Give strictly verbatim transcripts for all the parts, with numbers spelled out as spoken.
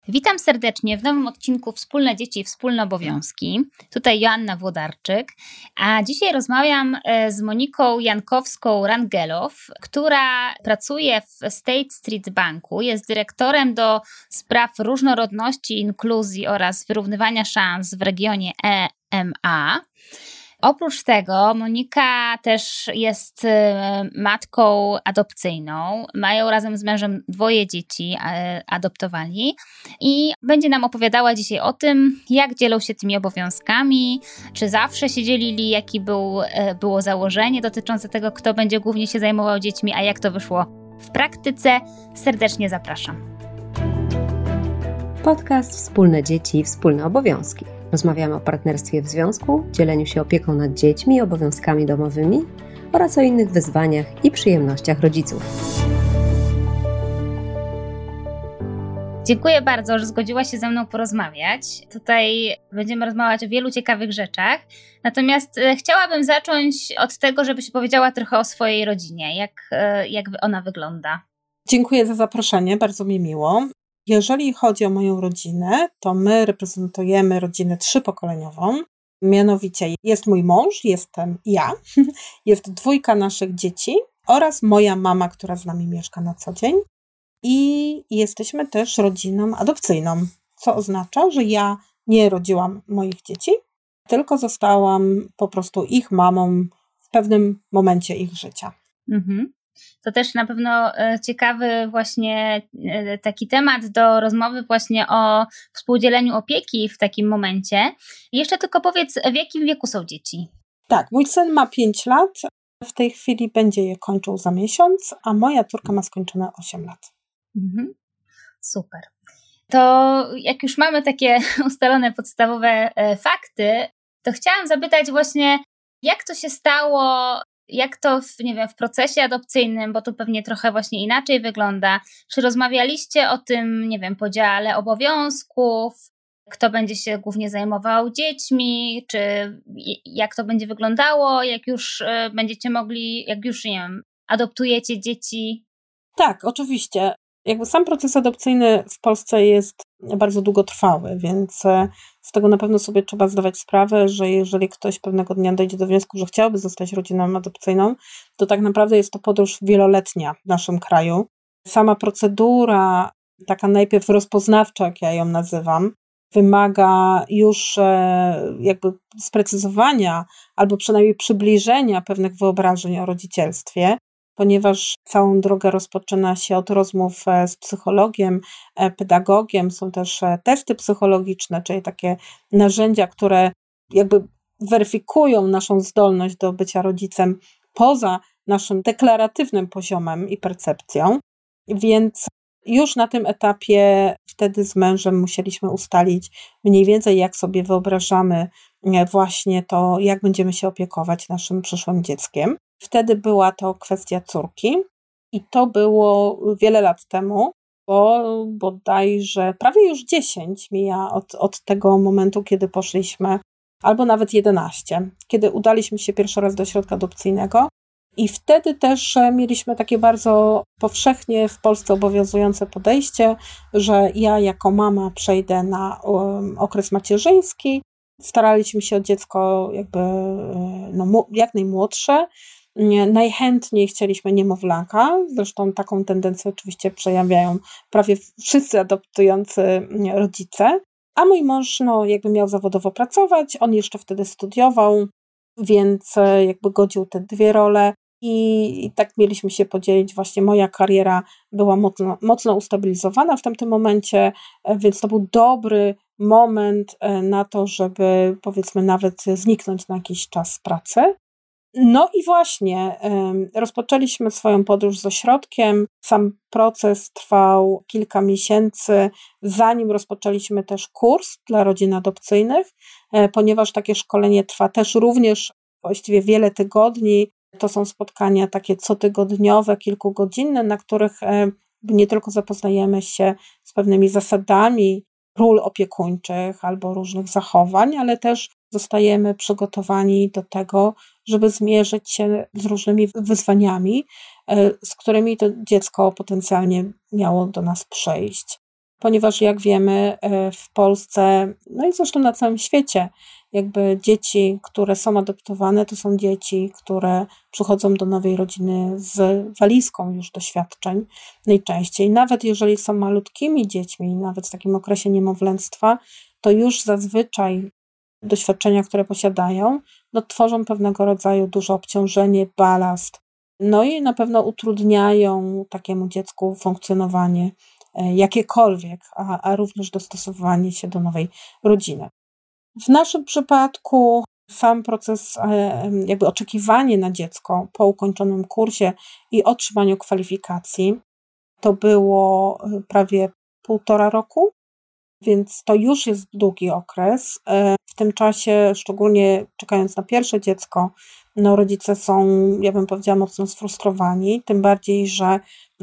Witam serdecznie w nowym odcinku Wspólne Dzieci i Wspólne Obowiązki. Tutaj Joanna Włodarczyk, a dzisiaj rozmawiam z Moniką Jankowską-Rangelow, która pracuje w State Street Banku, jest dyrektorem do spraw różnorodności, inkluzji oraz wyrównywania szans w regionie E M A. Oprócz tego Monika też jest matką adopcyjną. Mają razem z mężem dwoje dzieci adoptowali i będzie nam opowiadała dzisiaj o tym, jak dzielą się tymi obowiązkami, czy zawsze się dzielili, jakie był, było założenie dotyczące tego, kto będzie głównie się zajmował dziećmi, a jak to wyszło w praktyce. Serdecznie zapraszam. Podcast Wspólne Dzieci i Wspólne Obowiązki. Rozmawiamy o partnerstwie w związku, dzieleniu się opieką nad dziećmi i obowiązkami domowymi oraz o innych wyzwaniach i przyjemnościach rodziców. Dziękuję bardzo, że zgodziłaś się ze mną porozmawiać. Tutaj będziemy rozmawiać o wielu ciekawych rzeczach. Natomiast chciałabym zacząć od tego, żebyś powiedziała trochę o swojej rodzinie. Jak, jak ona wygląda? Dziękuję za zaproszenie, bardzo mi miło. Jeżeli chodzi o moją rodzinę, to my reprezentujemy rodzinę trzypokoleniową. Mianowicie jest mój mąż, jestem ja, jest dwójka naszych dzieci oraz moja mama, która z nami mieszka na co dzień. I jesteśmy też rodziną adopcyjną, co oznacza, że ja nie rodziłam moich dzieci, tylko zostałam po prostu ich mamą w pewnym momencie ich życia. Mhm. To też na pewno ciekawy właśnie taki temat do rozmowy właśnie o współdzieleniu opieki w takim momencie. Jeszcze tylko powiedz, w jakim wieku są dzieci? Tak, mój syn ma pięć lat, w tej chwili będzie je kończył za miesiąc, a moja córka ma skończone osiem lat. Mhm. Super. To jak już mamy takie ustalone podstawowe fakty, to chciałam zapytać właśnie, jak to się stało, jak to w, nie wiem, w procesie adopcyjnym, bo tu pewnie trochę właśnie inaczej wygląda. Czy rozmawialiście o tym, nie wiem, podziale obowiązków, kto będzie się głównie zajmował dziećmi, czy jak to będzie wyglądało, jak już będziecie mogli, jak już, nie wiem, adoptujecie dzieci? Tak, oczywiście. Jakby sam proces adopcyjny w Polsce jest bardzo długotrwały, więc z tego na pewno sobie trzeba zdawać sprawę, że jeżeli ktoś pewnego dnia dojdzie do wniosku, że chciałby zostać rodziną adopcyjną, to tak naprawdę jest to podróż wieloletnia w naszym kraju. Sama procedura, taka najpierw rozpoznawcza, jak ja ją nazywam, wymaga już jakby sprecyzowania albo przynajmniej przybliżenia pewnych wyobrażeń o rodzicielstwie, ponieważ całą drogę rozpoczyna się od rozmów z psychologiem, pedagogiem, są też testy psychologiczne, czyli takie narzędzia, które jakby weryfikują naszą zdolność do bycia rodzicem poza naszym deklaratywnym poziomem i percepcją, więc już na tym etapie wtedy z mężem musieliśmy ustalić mniej więcej, jak sobie wyobrażamy właśnie to, jak będziemy się opiekować naszym przyszłym dzieckiem. Wtedy była to kwestia córki i to było wiele lat temu, bo bodajże prawie już dziesięć mija od, od tego momentu, kiedy poszliśmy, albo nawet jedenaście, kiedy udaliśmy się pierwszy raz do ośrodka adopcyjnego i wtedy też mieliśmy takie bardzo powszechnie w Polsce obowiązujące podejście, że ja jako mama przejdę na um, okres macierzyński, staraliśmy się o dziecko jakby no, jak najmłodsze. Najchętniej chcieliśmy niemowlaka, zresztą taką tendencję oczywiście przejawiają prawie wszyscy adoptujący rodzice, a mój mąż no, jakby miał zawodowo pracować, on jeszcze wtedy studiował, więc jakby godził te dwie role i, i tak mieliśmy się podzielić. Właśnie moja kariera była mocno, mocno ustabilizowana w tamtym momencie, więc to był dobry moment na to, żeby powiedzmy nawet zniknąć na jakiś czas z pracy. No i właśnie rozpoczęliśmy swoją podróż z ośrodkiem. Sam proces trwał kilka miesięcy, zanim rozpoczęliśmy też kurs dla rodzin adopcyjnych, ponieważ takie szkolenie trwa też również właściwie wiele tygodni. To są spotkania takie cotygodniowe, kilkugodzinne, na których nie tylko zapoznajemy się z pewnymi zasadami ról opiekuńczych albo różnych zachowań, ale też zostajemy przygotowani do tego, żeby zmierzyć się z różnymi wyzwaniami, z którymi to dziecko potencjalnie miało do nas przyjść. ponieważ jak wiemy w Polsce, no i zresztą na całym świecie, jakby dzieci, które są adoptowane, to są dzieci, które przychodzą do nowej rodziny z walizką już doświadczeń najczęściej. Nawet jeżeli są malutkimi dziećmi, nawet w takim okresie niemowlęctwa, to już zazwyczaj doświadczenia, które posiadają, no, tworzą pewnego rodzaju duże obciążenie, balast, no i na pewno utrudniają takiemu dziecku funkcjonowanie jakiekolwiek, a, a również dostosowanie się do nowej rodziny. W naszym przypadku sam proces, jakby oczekiwanie na dziecko po ukończonym kursie i otrzymaniu kwalifikacji to było prawie półtora roku, więc to już jest długi okres. W tym czasie, szczególnie czekając na pierwsze dziecko, no rodzice są, ja bym powiedziała, mocno sfrustrowani, tym bardziej, że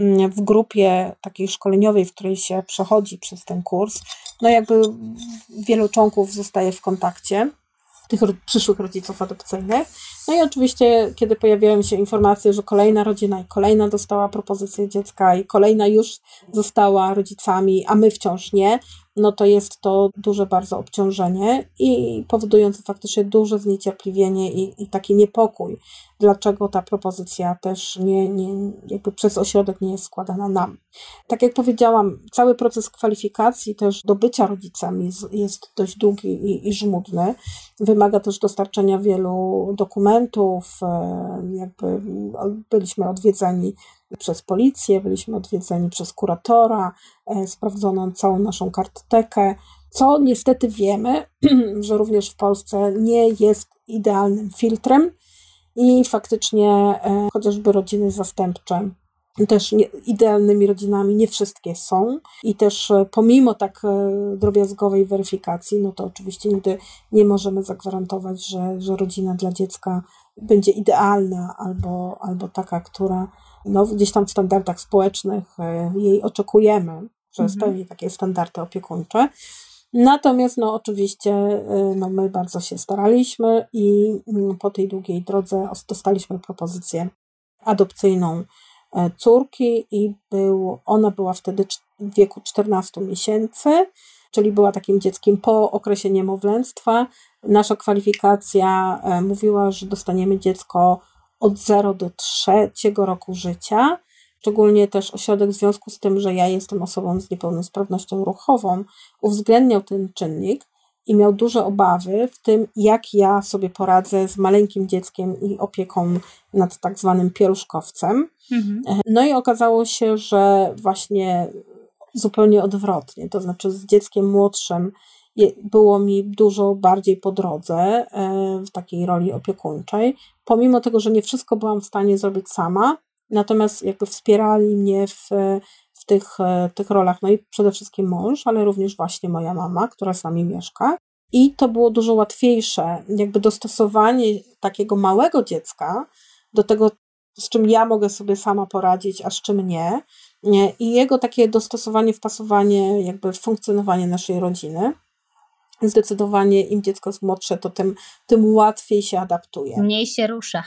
w grupie takiej szkoleniowej, w której się przechodzi przez ten kurs, no jakby wielu członków zostaje w kontakcie, tych przyszłych rodziców adopcyjnych. No i oczywiście, kiedy pojawiają się informacje, że kolejna rodzina i kolejna dostała propozycję dziecka i kolejna już została rodzicami, a my wciąż nie, no to jest to duże bardzo obciążenie i powodujące faktycznie duże zniecierpliwienie i, i taki niepokój, dlaczego ta propozycja też nie, nie, jakby przez ośrodek nie jest składana nam. Tak jak powiedziałam, cały proces kwalifikacji też do bycia rodzicem jest, jest dość długi i, i żmudny. Wymaga też dostarczenia wielu dokumentów, jakby byliśmy odwiedzani przez policję, byliśmy odwiedzeni przez kuratora, sprawdzono całą naszą kartotekę, co niestety wiemy, że również w Polsce nie jest idealnym filtrem i faktycznie chociażby rodziny zastępcze też nie, idealnymi rodzinami nie wszystkie są i też pomimo tak drobiazgowej weryfikacji, no to oczywiście nigdy nie możemy zagwarantować, że, że rodzina dla dziecka będzie idealna albo, albo taka, która no, gdzieś tam w standardach społecznych jej oczekujemy, że mhm. spełni takie standardy opiekuńcze. Natomiast no oczywiście no, my bardzo się staraliśmy i po tej długiej drodze dostaliśmy propozycję adopcyjną córki i był, ona była wtedy w wieku czternastu miesięcy, czyli była takim dzieckiem po okresie niemowlęctwa. Nasza kwalifikacja mówiła, że dostaniemy dziecko od zera do trzeciego roku życia. Szczególnie też ośrodek w związku z tym, że ja jestem osobą z niepełnosprawnością ruchową, uwzględniał ten czynnik i miał duże obawy w tym, jak ja sobie poradzę z maleńkim dzieckiem i opieką nad tak zwanym pieluszkowcem. Mhm. No i okazało się, że właśnie zupełnie odwrotnie, to znaczy z dzieckiem młodszym było mi dużo bardziej po drodze w takiej roli opiekuńczej, pomimo tego, że nie wszystko byłam w stanie zrobić sama, natomiast jakby wspierali mnie w, w tych, tych rolach, no i przede wszystkim mąż, ale również właśnie moja mama, która z nami mieszka. I to było dużo łatwiejsze, jakby dostosowanie takiego małego dziecka do tego, z czym ja mogę sobie sama poradzić, a z czym nie. I jego takie dostosowanie, wpasowanie jakby w funkcjonowanie naszej rodziny. Zdecydowanie im dziecko jest młodsze, to tym, tym łatwiej się adaptuje. Mniej się rusza.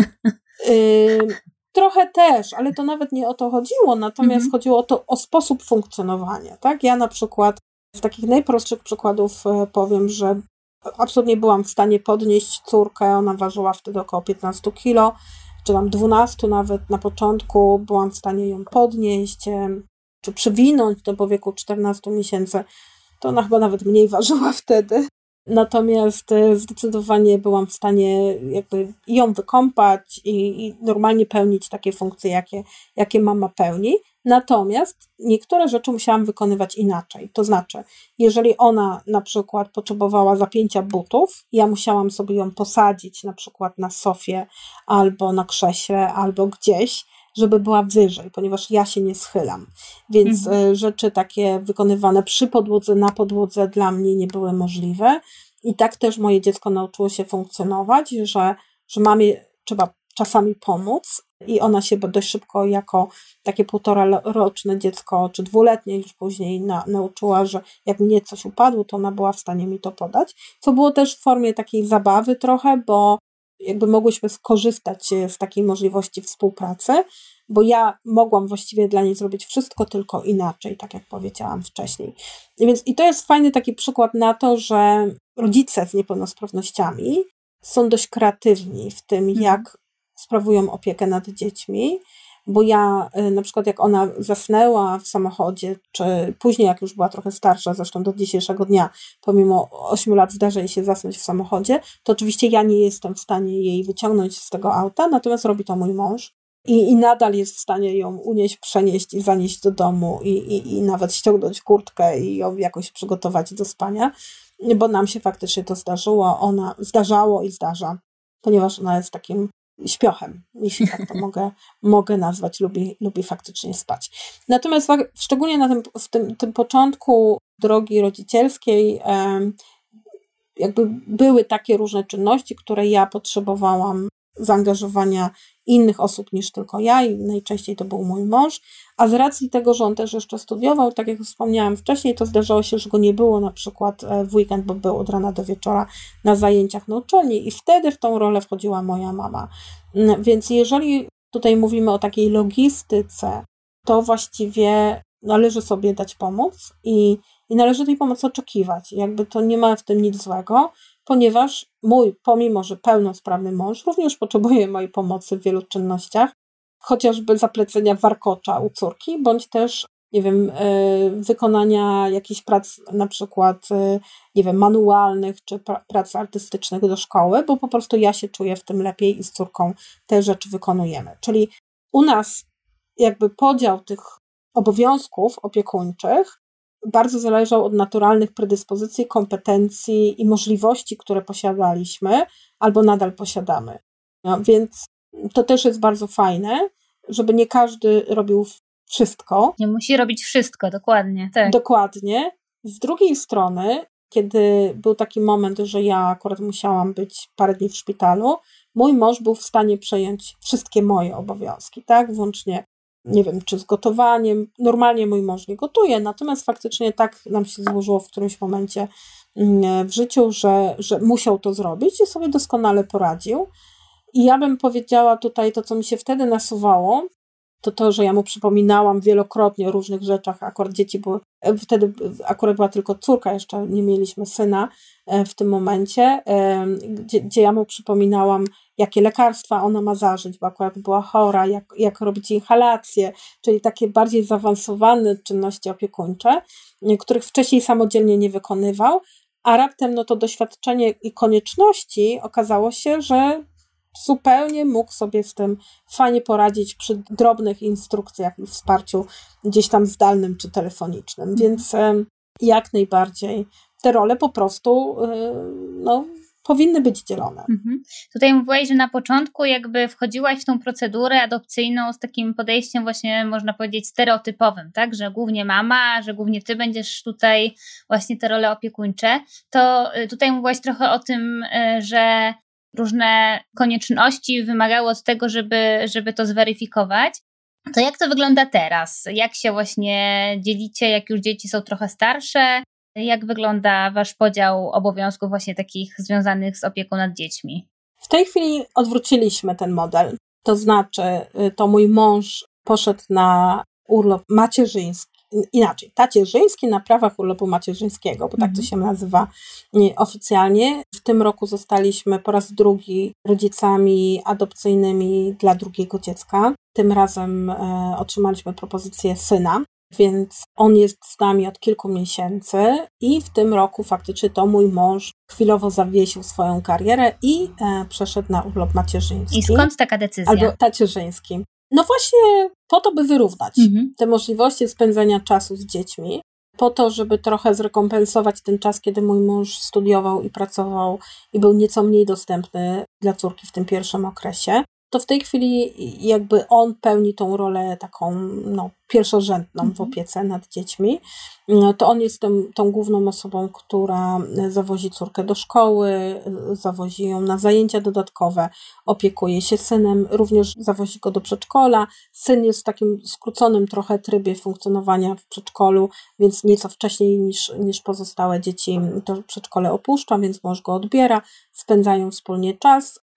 Y- Trochę też, ale to nawet nie o to chodziło, natomiast mhm. chodziło o to, o sposób funkcjonowania. Tak? Ja na przykład z takich najprostszych przykładów powiem, że absolutnie byłam w stanie podnieść córkę, ona ważyła wtedy około piętnaście kilo, czy tam dwanaście nawet na początku, byłam w stanie ją podnieść, czy przywinąć do po wieku czternastu miesięcy, to ona chyba nawet mniej ważyła wtedy. Natomiast zdecydowanie byłam w stanie jakby ją wykąpać i, i normalnie pełnić takie funkcje, jakie, jakie mama pełni. Natomiast niektóre rzeczy musiałam wykonywać inaczej. To znaczy, jeżeli ona na przykład potrzebowała zapięcia butów, ja musiałam sobie ją posadzić na przykład na sofie albo na krześle, albo gdzieś, żeby była wyżej, ponieważ ja się nie schylam. Więc mhm. rzeczy takie wykonywane przy podłodze, na podłodze dla mnie nie były możliwe. I tak też moje dziecko nauczyło się funkcjonować, że, że mamie trzeba czasami pomóc i ona się dość szybko jako takie półtora roczne dziecko, czy dwuletnie już później na, nauczyła, że jak mnie coś upadło, to ona była w stanie mi to podać. Co było też w formie takiej zabawy trochę, bo jakby mogłyśmy skorzystać z takiej możliwości współpracy, bo ja mogłam właściwie dla niej zrobić wszystko, tylko inaczej, tak jak powiedziałam wcześniej. I więc i to jest fajny taki przykład na to, że rodzice z niepełnosprawnościami są dość kreatywni w tym, mhm. jak sprawują opiekę nad dziećmi, bo ja na przykład jak ona zasnęła w samochodzie, czy później jak już była trochę starsza, zresztą do dzisiejszego dnia, pomimo ośmiu lat zdarza jej się zasnąć w samochodzie, to oczywiście ja nie jestem w stanie jej wyciągnąć z tego auta, natomiast robi to mój mąż. I, I nadal jest w stanie ją unieść, przenieść i zanieść do domu i, i, i nawet ściągnąć kurtkę i ją jakoś przygotować do spania, bo nam się faktycznie to zdarzyło, ona zdarzało i zdarza, ponieważ ona jest takim śpiochem, jeśli tak to mogę, mogę nazwać, lubi, lubi faktycznie spać. Natomiast szczególnie na tym, w tym, tym początku drogi rodzicielskiej jakby były takie różne czynności, które ja potrzebowałam zaangażowania innych osób niż tylko ja i najczęściej to był mój mąż, a z racji tego, że on też jeszcze studiował, tak jak wspomniałam wcześniej, to zdarzało się, że go nie było na przykład w weekend, bo był od rana do wieczora na zajęciach na uczelni i wtedy w tą rolę wchodziła moja mama. Więc jeżeli tutaj mówimy o takiej logistyce, to właściwie należy sobie dać pomóc i, i należy tej pomocy oczekiwać. Jakby to nie ma w tym nic złego, ponieważ mój, pomimo że pełnosprawny mąż, również potrzebuje mojej pomocy w wielu czynnościach, chociażby zaplecenia warkocza u córki, bądź też, nie wiem, wykonania jakichś prac na przykład, nie wiem, manualnych, czy prac artystycznych do szkoły, bo po prostu ja się czuję w tym lepiej i z córką te rzeczy wykonujemy. Czyli u nas jakby podział tych obowiązków opiekuńczych bardzo zależał od naturalnych predyspozycji, kompetencji i możliwości, które posiadaliśmy albo nadal posiadamy. No, więc to też jest bardzo fajne, żeby nie każdy robił wszystko. Nie musi robić wszystko, dokładnie. Tak. Dokładnie. Z drugiej strony, kiedy był taki moment, że ja akurat musiałam być parę dni w szpitalu, mój mąż był w stanie przejąć wszystkie moje obowiązki, tak, włącznie nie wiem, czy z gotowaniem. Normalnie mój mąż nie gotuje, natomiast faktycznie tak nam się złożyło w którymś momencie w życiu, że, że musiał to zrobić i sobie doskonale poradził. I ja bym powiedziała tutaj to, co mi się wtedy nasuwało, to to, że ja mu przypominałam wielokrotnie o różnych rzeczach. Akurat dzieci były, wtedy akurat była tylko córka, jeszcze nie mieliśmy syna w tym momencie, gdzie, gdzie ja mu przypominałam, jakie lekarstwa ona ma zażyć, bo akurat była chora, jak, jak robić inhalacje, czyli takie bardziej zaawansowane czynności opiekuńcze, których wcześniej samodzielnie nie wykonywał, a raptem no to doświadczenie i konieczności okazało się, że zupełnie mógł sobie z tym fajnie poradzić przy drobnych instrukcjach i wsparciu gdzieś tam zdalnym czy telefonicznym, więc jak najbardziej te role po prostu no, powinny być dzielone. Mhm. Tutaj mówiłaś, że na początku jakby wchodziłaś w tą procedurę adopcyjną z takim podejściem właśnie, można powiedzieć, stereotypowym, tak, że głównie mama, że głównie ty będziesz tutaj właśnie te role opiekuńcze, to tutaj mówiłaś trochę o tym, że różne konieczności wymagały od tego, żeby, żeby to zweryfikować. To jak to wygląda teraz? Jak się właśnie dzielicie, jak już dzieci są trochę starsze? Jak wygląda wasz podział obowiązków właśnie takich związanych z opieką nad dziećmi? W tej chwili odwróciliśmy ten model. To znaczy, to mój mąż poszedł na urlop macierzyński, inaczej, tacierzyński na prawach urlopu macierzyńskiego, bo tak to się nazywa oficjalnie. W tym roku zostaliśmy po raz drugi rodzicami adopcyjnymi dla drugiego dziecka. Tym razem e, otrzymaliśmy propozycję syna, więc on jest z nami od kilku miesięcy i w tym roku faktycznie to mój mąż chwilowo zawiesił swoją karierę i e, przeszedł na urlop macierzyński. I skąd taka decyzja? Albo tacierzyński. No właśnie po to, by wyrównać mhm. te możliwości spędzania czasu z dziećmi, po to, żeby trochę zrekompensować ten czas, kiedy mój mąż studiował i pracował i był nieco mniej dostępny dla córki w tym pierwszym okresie. To w tej chwili jakby on pełni tą rolę taką no, pierwszorzędną w opiece nad dziećmi. To on jest tym, tą główną osobą, która zawozi córkę do szkoły, zawozi ją na zajęcia dodatkowe, opiekuje się synem, również zawozi go do przedszkola. Syn jest w takim skróconym trochę trybie funkcjonowania w przedszkolu, więc nieco wcześniej niż, niż pozostałe dzieci to przedszkole opuszcza, więc mąż go odbiera, spędzają wspólnie czas.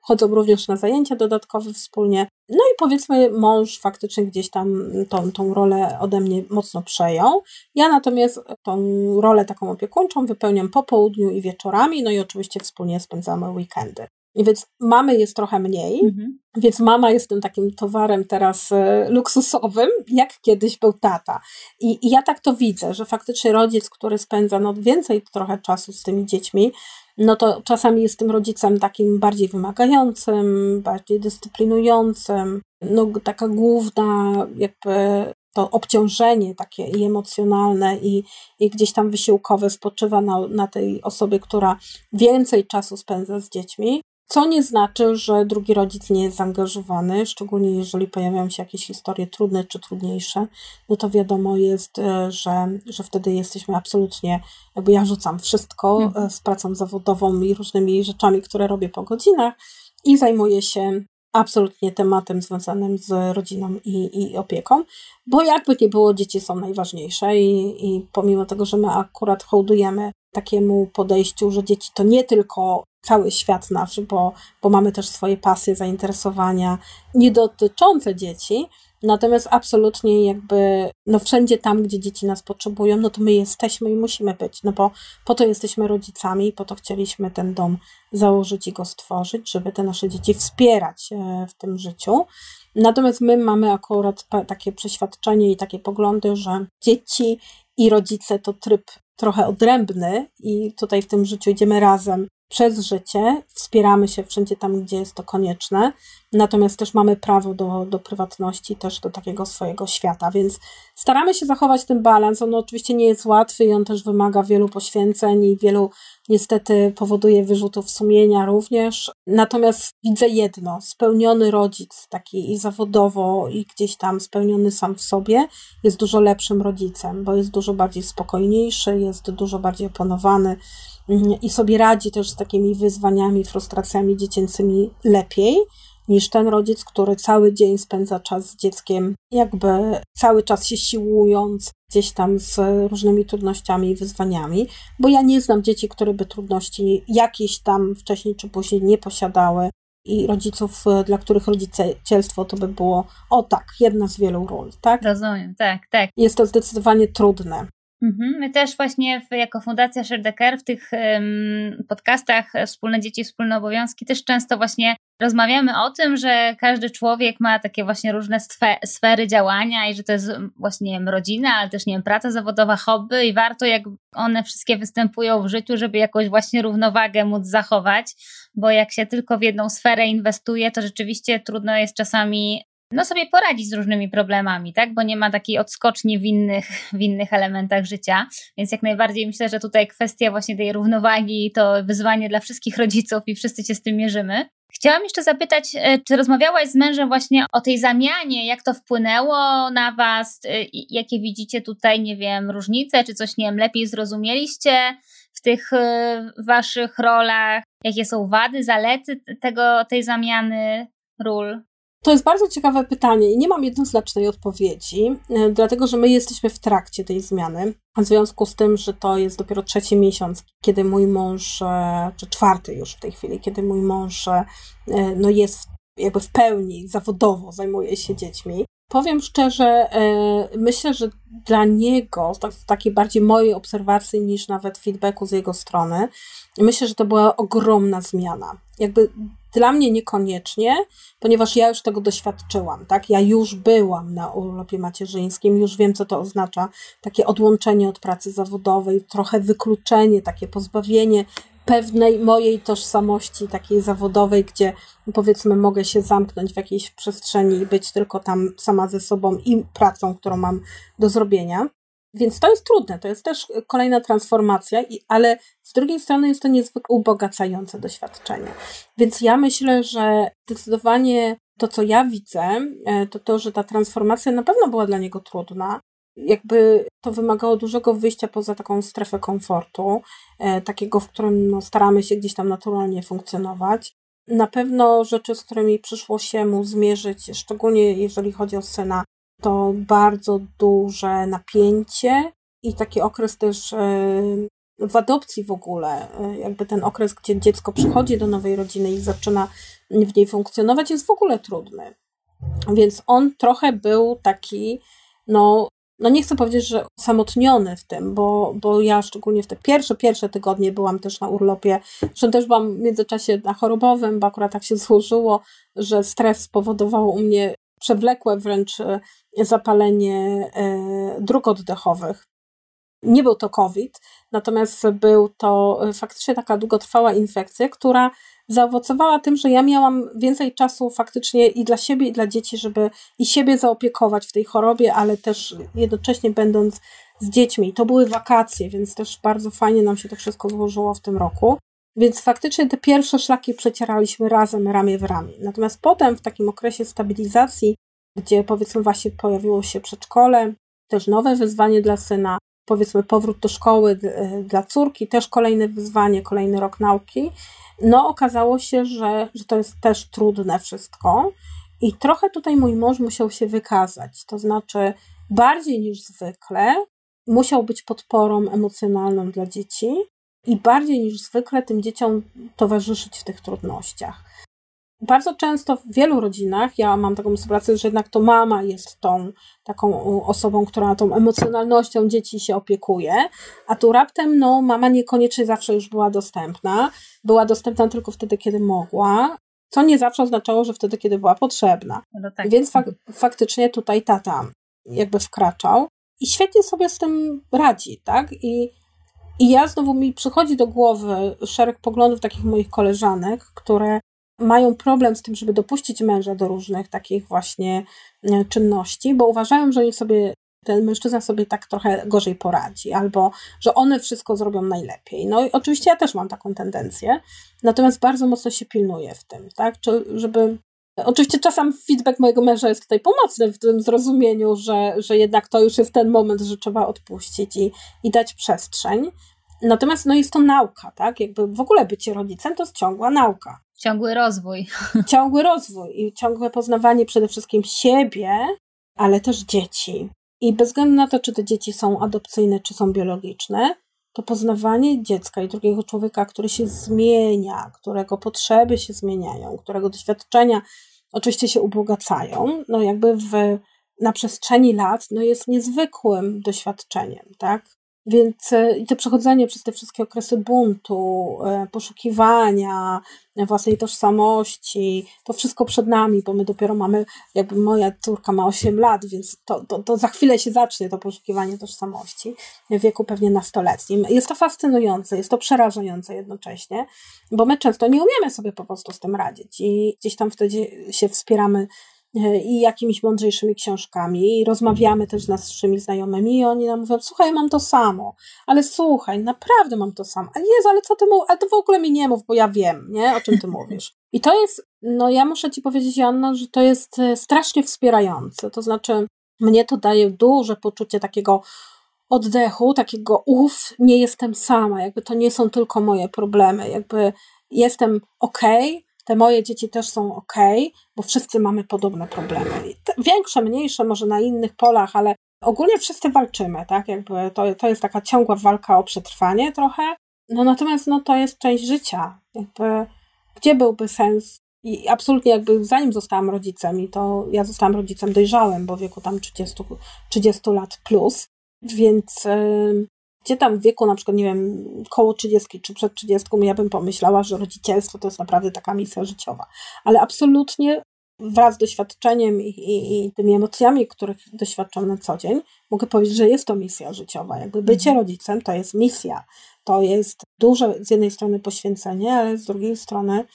chodzą również na zajęcia dodatkowe wspólnie. No i powiedzmy mąż faktycznie gdzieś tam tą, tą rolę ode mnie mocno przejął. Ja natomiast tą rolę taką opiekuńczą wypełniam po południu i wieczorami, no i oczywiście wspólnie spędzamy weekendy. I więc mamy jest trochę mniej, mhm. więc mama jest tym takim towarem teraz e, luksusowym, jak kiedyś był tata. I, I ja tak to widzę, że faktycznie rodzic, który spędza no, więcej trochę czasu z tymi dziećmi, no to czasami jest tym rodzicem takim bardziej wymagającym, bardziej dyscyplinującym. No taka główna jakby to obciążenie takie i emocjonalne i, i gdzieś tam wysiłkowe spoczywa na, na tej osobie, która więcej czasu spędza z dziećmi. Co nie znaczy, że drugi rodzic nie jest zaangażowany, szczególnie jeżeli pojawiają się jakieś historie trudne czy trudniejsze, no to wiadomo jest, że, że wtedy jesteśmy absolutnie, jakby ja rzucam wszystko mhm. z pracą zawodową i różnymi rzeczami, które robię po godzinach i zajmuję się absolutnie tematem związanym z rodziną i, i opieką, bo jakby nie było, dzieci są najważniejsze i, i pomimo tego, że my akurat hołdujemy takiemu podejściu, że dzieci to nie tylko cały świat nasz, bo, bo mamy też swoje pasje, zainteresowania nie dotyczące dzieci, natomiast absolutnie jakby no wszędzie tam, gdzie dzieci nas potrzebują, no to my jesteśmy i musimy być, no bo po to jesteśmy rodzicami, po to chcieliśmy ten dom założyć i go stworzyć, żeby te nasze dzieci wspierać w tym życiu. Natomiast my mamy akurat takie przeświadczenie i takie poglądy, że dzieci i rodzice to tryb trochę odrębny i tutaj w tym życiu idziemy razem przez życie, wspieramy się wszędzie tam, gdzie jest to konieczne, natomiast też mamy prawo do, do prywatności, też do takiego swojego świata, więc staramy się zachować ten balans. On oczywiście nie jest łatwy i on też wymaga wielu poświęceń i wielu niestety powoduje wyrzutów sumienia również, natomiast widzę jedno, spełniony rodzic taki i zawodowo i gdzieś tam spełniony sam w sobie jest dużo lepszym rodzicem, bo jest dużo bardziej spokojniejszy, jest dużo bardziej opanowany i sobie radzi też z takimi wyzwaniami, frustracjami dziecięcymi lepiej niż ten rodzic, który cały dzień spędza czas z dzieckiem, jakby cały czas się siłując gdzieś tam z różnymi trudnościami i wyzwaniami, bo ja nie znam dzieci, które by trudności jakieś tam wcześniej czy później nie posiadały i rodziców, dla których rodzicielstwo to by było, o tak, jedna z wielu ról, tak? Rozumiem, tak, tak. Jest to zdecydowanie trudne. My też właśnie w, jako Fundacja Share the Care w tych um, podcastach Wspólne Dzieci, Wspólne Obowiązki też często właśnie rozmawiamy o tym, że każdy człowiek ma takie właśnie różne sfe, sfery działania i że to jest właśnie nie wiem, rodzina, ale też nie wiem, praca zawodowa, hobby i warto jak one wszystkie występują w życiu, żeby jakąś właśnie równowagę móc zachować, bo jak się tylko w jedną sferę inwestuje, to rzeczywiście trudno jest czasami no sobie poradzić z różnymi problemami, tak? Bo nie ma takiej odskoczni w innych, w innych elementach życia, więc jak najbardziej myślę, że tutaj kwestia właśnie tej równowagi to wyzwanie dla wszystkich rodziców i wszyscy się z tym mierzymy. Chciałam jeszcze zapytać, czy rozmawiałaś z mężem właśnie o tej zamianie, jak to wpłynęło na was, jakie widzicie tutaj, nie wiem, różnice, czy coś, nie wiem, lepiej zrozumieliście w tych waszych rolach, jakie są wady, zalety tego, tej zamiany ról? To jest bardzo ciekawe pytanie i nie mam jednoznacznej odpowiedzi, dlatego że my jesteśmy w trakcie tej zmiany, w związku z tym, że to jest dopiero trzeci miesiąc, kiedy mój mąż, czy czwarty już w tej chwili, kiedy mój mąż no jest jakby w pełni zawodowo zajmuje się dziećmi. Powiem szczerze, myślę, że dla niego, z takiej bardziej mojej obserwacji niż nawet feedbacku z jego strony, myślę, że to była ogromna zmiana. Jakby dla mnie niekoniecznie, ponieważ ja już tego doświadczyłam, tak? Ja już byłam na urlopie macierzyńskim, już wiem, co to oznacza, takie odłączenie od pracy zawodowej, trochę wykluczenie, takie pozbawienie pewnej mojej tożsamości takiej zawodowej, gdzie powiedzmy mogę się zamknąć w jakiejś przestrzeni i być tylko tam sama ze sobą i pracą, którą mam do zrobienia. Więc to jest trudne, to jest też kolejna transformacja, ale z drugiej strony jest to niezwykle ubogacające doświadczenie. Więc ja myślę, że zdecydowanie to, co ja widzę, to to, że ta transformacja na pewno była dla niego trudna. Jakby to wymagało dużego wyjścia poza taką strefę komfortu, takiego, w którym no, staramy się gdzieś tam naturalnie funkcjonować. Na pewno rzeczy, z którymi przyszło się mu zmierzyć, szczególnie jeżeli chodzi o syna, to bardzo duże napięcie i taki okres też w adopcji w ogóle, jakby ten okres, gdzie dziecko przychodzi do nowej rodziny i zaczyna w niej funkcjonować, jest w ogóle trudny. Więc on trochę był taki, no, no nie chcę powiedzieć, że osamotniony w tym, bo, bo ja szczególnie w te pierwsze, pierwsze tygodnie byłam też na urlopie, zresztą też byłam w międzyczasie na chorobowym, bo akurat tak się złożyło, że stres spowodował u mnie przewlekłe wręcz zapalenie dróg oddechowych. Nie był to COVID, natomiast był to faktycznie taka długotrwała infekcja, która zaowocowała tym, że ja miałam więcej czasu faktycznie i dla siebie, i dla dzieci, żeby i siebie zaopiekować w tej chorobie, ale też jednocześnie będąc z dziećmi. I to były wakacje, więc też bardzo fajnie nam się to wszystko złożyło w tym roku. Więc faktycznie te pierwsze szlaki przecieraliśmy razem, ramię w ramię. Natomiast potem w takim okresie stabilizacji, gdzie powiedzmy właśnie pojawiło się przedszkole, też nowe wyzwanie dla syna, powiedzmy powrót do szkoły dla córki, też kolejne wyzwanie, kolejny rok nauki, no okazało się, że, że to jest też trudne wszystko i trochę tutaj mój mąż musiał się wykazać, to znaczy bardziej niż zwykle musiał być podporą emocjonalną dla dzieci i bardziej niż zwykle tym dzieciom towarzyszyć w tych trudnościach. Bardzo często w wielu rodzinach, ja mam taką sytuację, że jednak to mama jest tą taką osobą, która tą emocjonalnością dzieci się opiekuje, a tu raptem no, mama niekoniecznie zawsze już była dostępna, była dostępna tylko wtedy, kiedy mogła, co nie zawsze oznaczało, że wtedy, kiedy była potrzebna. No tak. Więc fak- faktycznie tutaj tata jakby wkraczał i świetnie sobie z tym radzi, tak? I, i ja znowu mi przychodzi do głowy szereg poglądów takich moich koleżanek, które mają problem z tym, żeby dopuścić męża do różnych takich właśnie czynności, bo uważają, że oni sobie, ten mężczyzna sobie tak trochę gorzej poradzi, albo że one wszystko zrobią najlepiej. No i oczywiście ja też mam taką tendencję, natomiast bardzo mocno się pilnuję w tym, tak, Czy, żeby... Oczywiście czasem feedback mojego męża jest tutaj pomocny w tym zrozumieniu, że, że jednak to już jest ten moment, że trzeba odpuścić i, i dać przestrzeń. Natomiast no jest to nauka, tak? Jakby w ogóle bycie rodzicem to jest ciągła nauka. Ciągły rozwój. Ciągły rozwój i ciągłe poznawanie przede wszystkim siebie, ale też dzieci. I bez względu na to, czy te dzieci są adopcyjne, czy są biologiczne, to poznawanie dziecka i drugiego człowieka, który się zmienia, którego potrzeby się zmieniają, którego doświadczenia oczywiście się ubogacają, no jakby w, na przestrzeni lat no jest niezwykłym doświadczeniem, tak? Więc i to przechodzenie przez te wszystkie okresy buntu, poszukiwania własnej tożsamości, to wszystko przed nami, bo my dopiero mamy, jakby moja córka ma osiem lat, więc to, to, to za chwilę się zacznie to poszukiwanie tożsamości w wieku pewnie nastoletnim. Jest to fascynujące, jest to przerażające jednocześnie, bo my często nie umiemy sobie po prostu z tym radzić i gdzieś tam wtedy się wspieramy i jakimiś mądrzejszymi książkami, i rozmawiamy też z naszymi znajomymi i oni nam mówią, słuchaj, mam to samo, ale słuchaj, naprawdę mam to samo, ale Jezu, ale co ty mówisz, ale to w ogóle mi nie mów, bo ja wiem, nie, o czym ty mówisz. I to jest, no ja muszę ci powiedzieć, Joanno, że to jest strasznie wspierające, to znaczy mnie to daje duże poczucie takiego oddechu, takiego uff, nie jestem sama, jakby to nie są tylko moje problemy, jakby jestem okej, okay, te moje dzieci też są okej, okay, bo wszyscy mamy podobne problemy. Większe, mniejsze, może na innych polach, ale ogólnie wszyscy walczymy, tak? Jakby to, to jest taka ciągła walka o przetrwanie trochę. No natomiast no, to jest część życia. Jakby, gdzie byłby sens? I absolutnie jakby zanim zostałam rodzicem, i to ja zostałam rodzicem dojrzałym, bo w wieku tam trzydziestu lat plus, więc... Yy, gdzie tam w wieku na przykład, nie wiem, koło trzydziestki czy przed trzydziestką, ja bym pomyślała, że rodzicielstwo to jest naprawdę taka misja życiowa. Ale absolutnie wraz z doświadczeniem i, i, i tymi emocjami, których doświadczam na co dzień, mogę powiedzieć, że jest to misja życiowa. Jakby bycie rodzicem to jest misja. To jest duże z jednej strony poświęcenie, ale z drugiej strony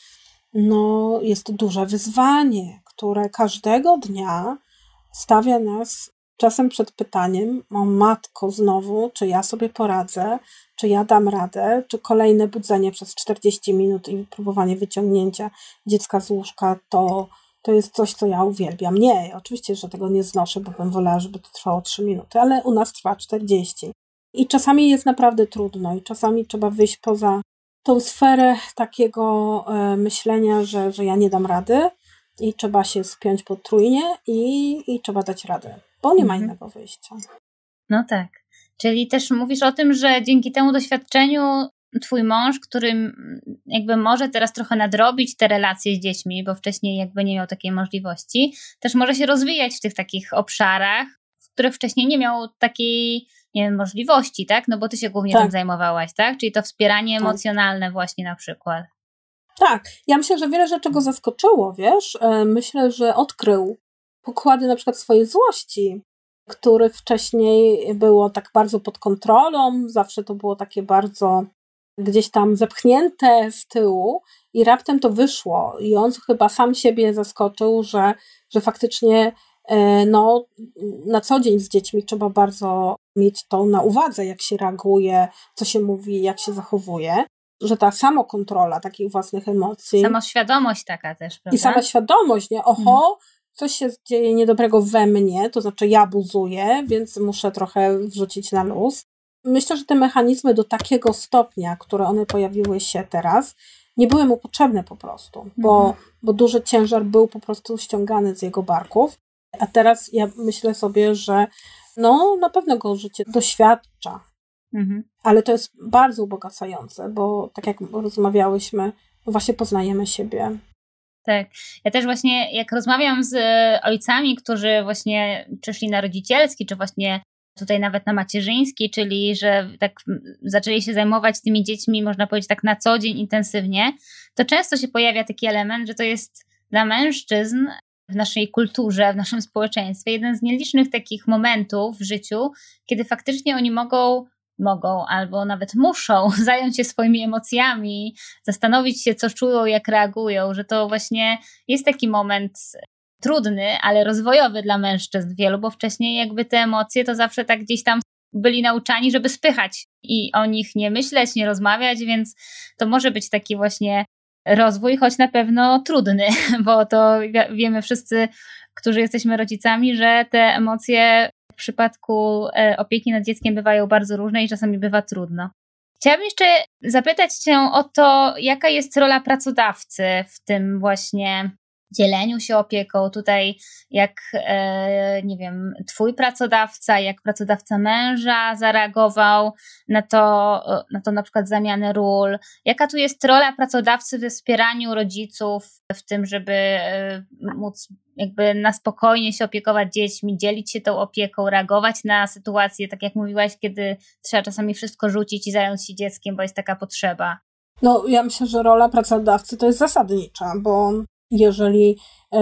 no, jest to duże wyzwanie, które każdego dnia stawia nas czasem przed pytaniem, o matko znowu, czy ja sobie poradzę, czy ja dam radę, czy kolejne budzenie przez czterdzieści minut i próbowanie wyciągnięcia dziecka z łóżka, to, to jest coś, co ja uwielbiam. Nie, oczywiście, że tego nie znoszę, bo bym wolała, żeby to trwało trzy minuty, ale u nas trwa czterdzieści. I czasami jest naprawdę trudno i czasami trzeba wyjść poza tą sferę takiego e, myślenia, że, że ja nie dam rady i trzeba się spiąć potrójnie i, i trzeba dać radę. Bo nie ma innego wyjścia. No tak. Czyli też mówisz o tym, że dzięki temu doświadczeniu twój mąż, który jakby może teraz trochę nadrobić te relacje z dziećmi, bo wcześniej jakby nie miał takiej możliwości, też może się rozwijać w tych takich obszarach, w których wcześniej nie miał takiej, nie wiem, możliwości, tak? No bo ty się głównie tak. tym zajmowałaś, tak? Czyli to wspieranie tak. emocjonalne właśnie na przykład. Tak, ja myślę, że wiele rzeczy go zaskoczyło, wiesz? Myślę, że odkrył pokłady na przykład swojej złości, których wcześniej było tak bardzo pod kontrolą, zawsze to było takie bardzo gdzieś tam zepchnięte z tyłu i raptem to wyszło i on chyba sam siebie zaskoczył, że, że faktycznie no, na co dzień z dziećmi trzeba bardzo mieć to na uwadze, jak się reaguje, co się mówi, jak się zachowuje, że ta samokontrola takich własnych emocji. Samoświadomość taka też, prawda? I samoświadomość, nie? Oho, hmm. coś się dzieje niedobrego we mnie, to znaczy ja buzuję, więc muszę trochę wrzucić na luz. Myślę, że te mechanizmy do takiego stopnia, które one pojawiły się teraz, nie były mu potrzebne po prostu, bo, mhm. bo duży ciężar był po prostu ściągany z jego barków, a teraz ja myślę sobie, że no na pewno go życie doświadcza, mhm. ale to jest bardzo ubogacające, bo tak jak rozmawiałyśmy, no właśnie poznajemy siebie. Tak. Ja też właśnie jak rozmawiam z ojcami, którzy właśnie przyszli na rodzicielski, czy właśnie tutaj nawet na macierzyński, czyli że tak zaczęli się zajmować tymi dziećmi, można powiedzieć tak na co dzień intensywnie, to często się pojawia taki element, że to jest dla mężczyzn w naszej kulturze, w naszym społeczeństwie jeden z nielicznych takich momentów w życiu, kiedy faktycznie oni mogą, mogą albo nawet muszą zająć się swoimi emocjami, zastanowić się, co czują, jak reagują, że to właśnie jest taki moment trudny, ale rozwojowy dla mężczyzn wielu, bo wcześniej jakby te emocje to zawsze tak gdzieś tam byli nauczani, żeby spychać i o nich nie myśleć, nie rozmawiać, więc to może być taki właśnie rozwój, choć na pewno trudny, bo to wiemy wszyscy, którzy jesteśmy rodzicami, że te emocje w przypadku opieki nad dzieckiem bywają bardzo różne i czasami bywa trudno. Chciałabym jeszcze zapytać Cię o to, jaka jest rola pracodawcy w tym właśnie dzieleniu się opieką. Tutaj jak, e, nie wiem, twój pracodawca, jak pracodawca męża zareagował na to, na to na przykład zamianę ról. Jaka tu jest rola pracodawcy we wspieraniu rodziców w tym, żeby e, móc jakby na spokojnie się opiekować dziećmi, dzielić się tą opieką, reagować na sytuacje, tak jak mówiłaś, kiedy trzeba czasami wszystko rzucić i zająć się dzieckiem, bo jest taka potrzeba. No ja myślę, że rola pracodawcy to jest zasadnicza, bo jeżeli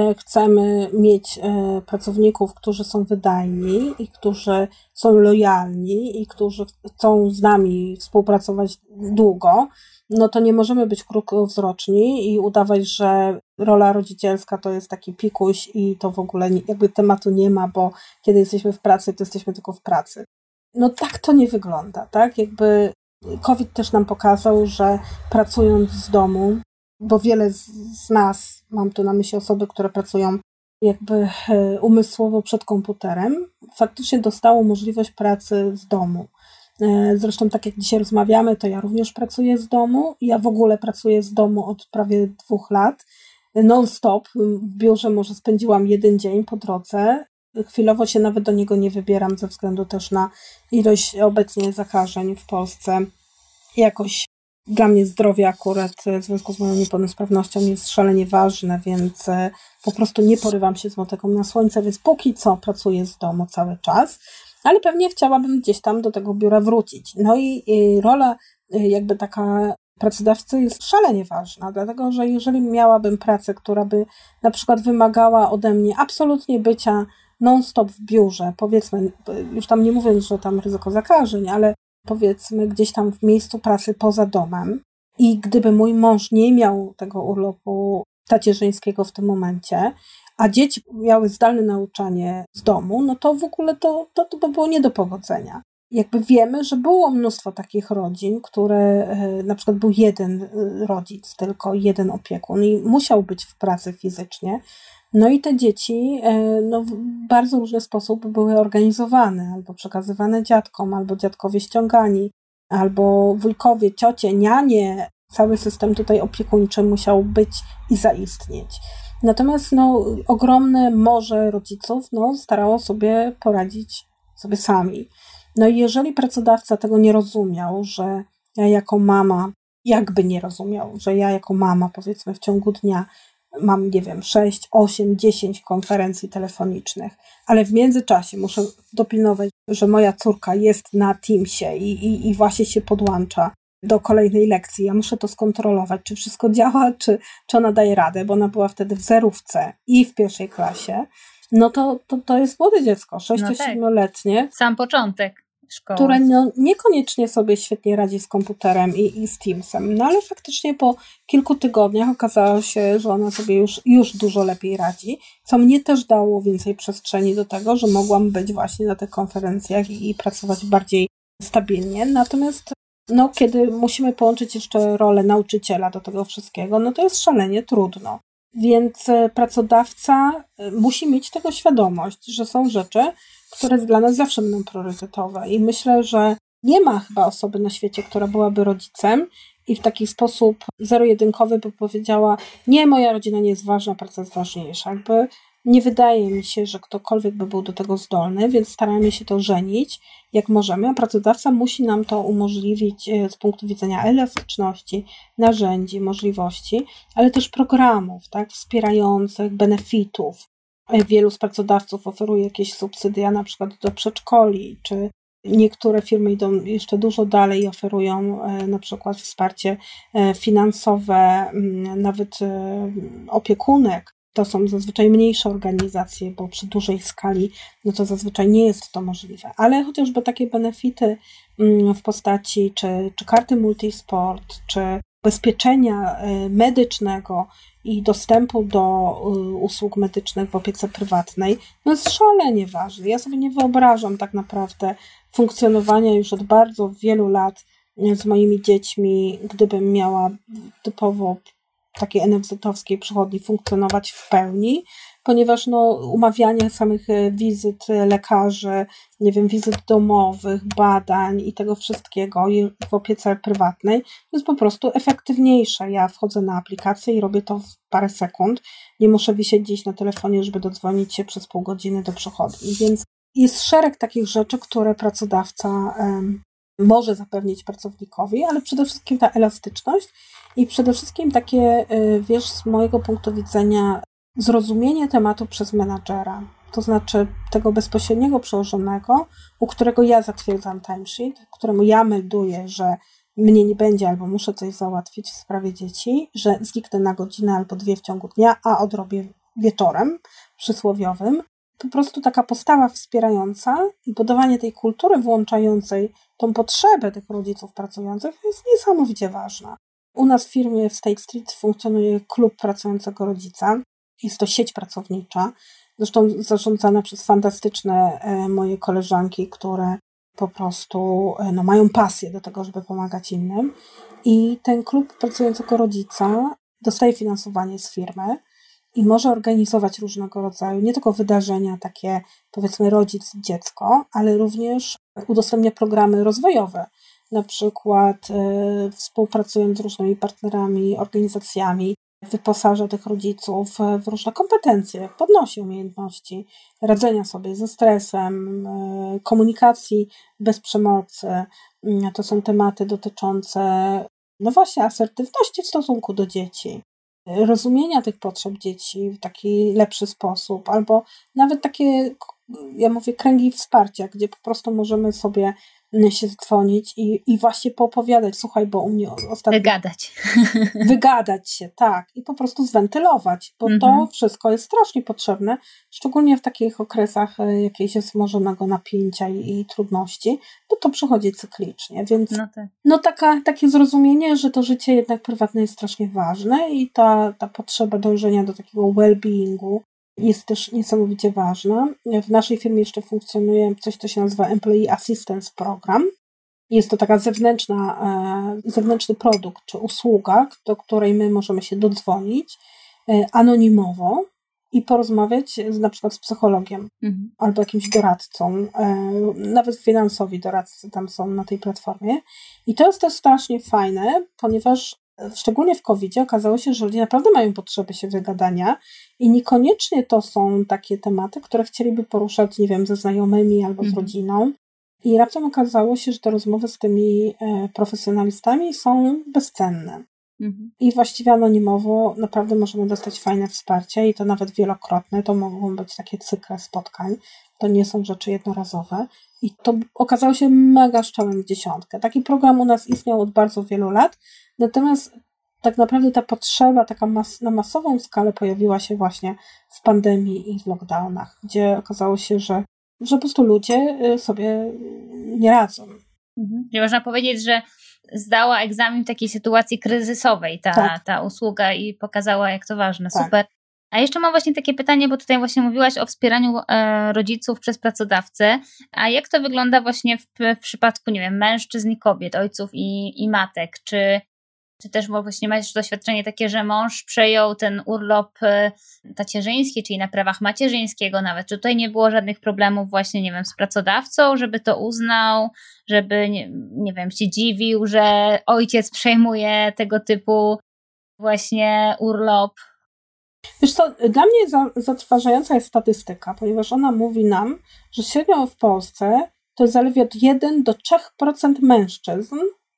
chcemy mieć pracowników, którzy są wydajni i którzy są lojalni i którzy chcą z nami współpracować długo, no to nie możemy być krótkowzroczni i udawać, że rola rodzicielska to jest taki pikuś i to w ogóle nie, jakby tematu nie ma, bo kiedy jesteśmy w pracy, to jesteśmy tylko w pracy. No tak to nie wygląda, tak? Jakby COVID też nam pokazał, że pracując z domu, bo wiele z, z nas, mam tu na myśli osoby, które pracują jakby umysłowo przed komputerem, faktycznie dostało możliwość pracy z domu. Zresztą tak jak dzisiaj rozmawiamy, to ja również pracuję z domu. Ja w ogóle pracuję z domu od prawie dwóch lat. Non-stop. W biurze może spędziłam jeden dzień po drodze. Chwilowo się nawet do niego nie wybieram ze względu też na ilość obecnie zakażeń w Polsce. Jakoś dla mnie zdrowie akurat w związku z moją niepełnosprawnością jest szalenie ważne, więc po prostu nie porywam się z motyką na słońce, więc póki co pracuję z domu cały czas, ale pewnie chciałabym gdzieś tam do tego biura wrócić. No i, i rola jakby taka pracodawcy jest szalenie ważna, dlatego że jeżeli miałabym pracę, która by na przykład wymagała ode mnie absolutnie bycia non-stop w biurze, powiedzmy, już tam nie mówiąc, że tam ryzyko zakażeń, ale powiedzmy gdzieś tam w miejscu pracy poza domem i gdyby mój mąż nie miał tego urlopu tacierzyńskiego w tym momencie, a dzieci miały zdalne nauczanie z domu, no to w ogóle to, to, to by było nie do pogodzenia. Jakby wiemy, że było mnóstwo takich rodzin, które na przykład był jeden rodzic, tylko jeden opiekun i musiał być w pracy fizycznie. No i te dzieci no, w bardzo różny sposób były organizowane, albo przekazywane dziadkom, albo dziadkowie ściągani, albo wujkowie, ciocie, nianie. Cały system tutaj opiekuńczy musiał być i zaistnieć. Natomiast no, ogromne morze rodziców no, starało sobie poradzić sobie sami. No i jeżeli pracodawca tego nie rozumiał, że ja jako mama, jakby nie rozumiał, że ja jako mama, powiedzmy, w ciągu dnia mam, nie wiem, sześć, osiem, dziesięć konferencji telefonicznych, ale w międzyczasie muszę dopilnować, że moja córka jest na Teamsie i, i, i właśnie się podłącza do kolejnej lekcji. Ja muszę to skontrolować, czy wszystko działa, czy, czy ona daje radę, bo ona była wtedy w zerówce i w pierwszej klasie. No to, to, to jest młode dziecko, sześcio-siedmioletnie. No tak. Sam początek szkoły. Które no, niekoniecznie sobie świetnie radzi z komputerem i, i z Teamsem. No ale faktycznie po kilku tygodniach okazało się, że ona sobie już, już dużo lepiej radzi, co mnie też dało więcej przestrzeni do tego, że mogłam być właśnie na tych konferencjach i, i pracować bardziej stabilnie. Natomiast no, kiedy musimy połączyć jeszcze rolę nauczyciela do tego wszystkiego, no to jest szalenie trudno. Więc pracodawca musi mieć tego świadomość, że są rzeczy, które dla nas zawsze będą priorytetowe. I myślę, że nie ma chyba osoby na świecie, która byłaby rodzicem i w taki sposób zero-jedynkowy by powiedziała, nie, moja rodzina nie jest ważna, praca jest ważniejsza. Jakby nie wydaje mi się, że ktokolwiek by był do tego zdolny, więc staramy się to żenić jak możemy, a pracodawca musi nam to umożliwić z punktu widzenia elastyczności, narzędzi, możliwości, ale też programów, tak, wspierających, benefitów. Wielu z pracodawców oferuje jakieś subsydia na przykład do przedszkoli, czy niektóre firmy idą jeszcze dużo dalej i oferują na przykład wsparcie finansowe, nawet opiekunek. To są zazwyczaj mniejsze organizacje, bo przy dużej skali no to zazwyczaj nie jest to możliwe. Ale chociażby takie benefity w postaci czy, czy karty multisport, czy ubezpieczenia medycznego i dostępu do usług medycznych w opiece prywatnej, no jest szalenie ważny. Ja sobie nie wyobrażam tak naprawdę funkcjonowania już od bardzo wielu lat z moimi dziećmi, gdybym miała typowo takiej en ef zet-owskiej przychodni funkcjonować w pełni, ponieważ no, umawianie samych wizyt lekarzy, nie wiem, wizyt domowych, badań i tego wszystkiego w opiece prywatnej jest po prostu efektywniejsze. Ja wchodzę na aplikację i robię to w parę sekund. Nie muszę wisieć gdzieś na telefonie, żeby dodzwonić się przez pół godziny do przychodni. Więc jest szereg takich rzeczy, które pracodawca um, może zapewnić pracownikowi, ale przede wszystkim ta elastyczność i przede wszystkim takie, wiesz, z mojego punktu widzenia zrozumienie tematu przez menadżera, to znaczy tego bezpośredniego przełożonego, u którego ja zatwierdzam timesheet, któremu ja melduję, że mnie nie będzie albo muszę coś załatwić w sprawie dzieci, że zniknę na godzinę albo dwie w ciągu dnia, a odrobię wieczorem przysłowiowym. Po prostu taka postawa wspierająca i budowanie tej kultury włączającej tą potrzebę tych rodziców pracujących jest niesamowicie ważna. U nas w firmie w State Street funkcjonuje klub pracującego rodzica. Jest to sieć pracownicza, zresztą zarządzana przez fantastyczne moje koleżanki, które po prostu no, mają pasję do tego, żeby pomagać innym. I ten klub pracującego rodzica dostaje finansowanie z firmy i może organizować różnego rodzaju, nie tylko wydarzenia takie, powiedzmy, rodzic, dziecko, ale również udostępnia programy rozwojowe. Na przykład y, współpracując z różnymi partnerami, organizacjami, wyposaża tych rodziców w różne kompetencje, podnosi umiejętności radzenia sobie ze stresem, y, komunikacji bez przemocy. Y, to są tematy dotyczące, no właśnie, asertywności w stosunku do dzieci, rozumienia tych potrzeb dzieci w taki lepszy sposób, albo nawet takie, ja mówię, kręgi wsparcia, gdzie po prostu możemy sobie się zdzwonić i, i właśnie poopowiadać, słuchaj, bo u mnie ostatnio... Wygadać. Wygadać się, tak. I po prostu zwentylować, bo mm-hmm. to wszystko jest strasznie potrzebne, szczególnie w takich okresach jakiegoś wzmożonego napięcia i, i trudności, bo to przychodzi cyklicznie, więc no, tak. no taka, takie zrozumienie, że to życie jednak prywatne jest strasznie ważne i ta, ta potrzeba dążenia do takiego well-beingu jest też niesamowicie ważna. W naszej firmie jeszcze funkcjonuje coś, co się nazywa Employee Assistance Program. Jest to taka zewnętrzna, e, zewnętrzny produkt czy usługa, do której my możemy się dodzwonić e, anonimowo i porozmawiać z, na przykład z psychologiem mhm. albo jakimś doradcą. E, nawet finansowi doradcy tam są na tej platformie. I to jest też strasznie fajne, ponieważ szczególnie w kowidzie okazało się, że ludzie naprawdę mają potrzeby się wygadania i niekoniecznie to są takie tematy, które chcieliby poruszać, nie wiem, ze znajomymi albo z rodziną, I raptem okazało się, że te rozmowy z tymi profesjonalistami są bezcenne. Mhm. I właściwie anonimowo naprawdę możemy dostać fajne wsparcie i to nawet wielokrotne. To mogą być takie cykle spotkań. To nie są rzeczy jednorazowe. I to okazało się mega strzałem w dziesiątkę. Taki program u nas istniał od bardzo wielu lat. Natomiast tak naprawdę ta potrzeba taka mas- na masową skalę pojawiła się właśnie w pandemii i w lockdownach, gdzie okazało się, że, że po prostu ludzie sobie nie radzą. Mhm. Czyli można powiedzieć, że zdała egzamin w takiej sytuacji kryzysowej ta, tak. ta usługa i pokazała, jak to ważne. Tak. Super. A jeszcze mam właśnie takie pytanie, bo tutaj właśnie mówiłaś o wspieraniu e, rodziców przez pracodawcę, a jak to wygląda właśnie w, w przypadku, nie wiem, mężczyzn i kobiet, ojców i, i matek? Czy, czy też właśnie masz doświadczenie takie, że mąż przejął ten urlop e, tacierzyński, czyli na prawach macierzyńskiego nawet? Czy tutaj nie było żadnych problemów właśnie, nie wiem, z pracodawcą, żeby to uznał, żeby, nie, nie wiem, się dziwił, że ojciec przejmuje tego typu właśnie urlop? Wiesz co, dla mnie za, zatrważająca jest statystyka, ponieważ ona mówi nam, że średnio w Polsce to jest zaledwie od jeden do trzech procent mężczyzn,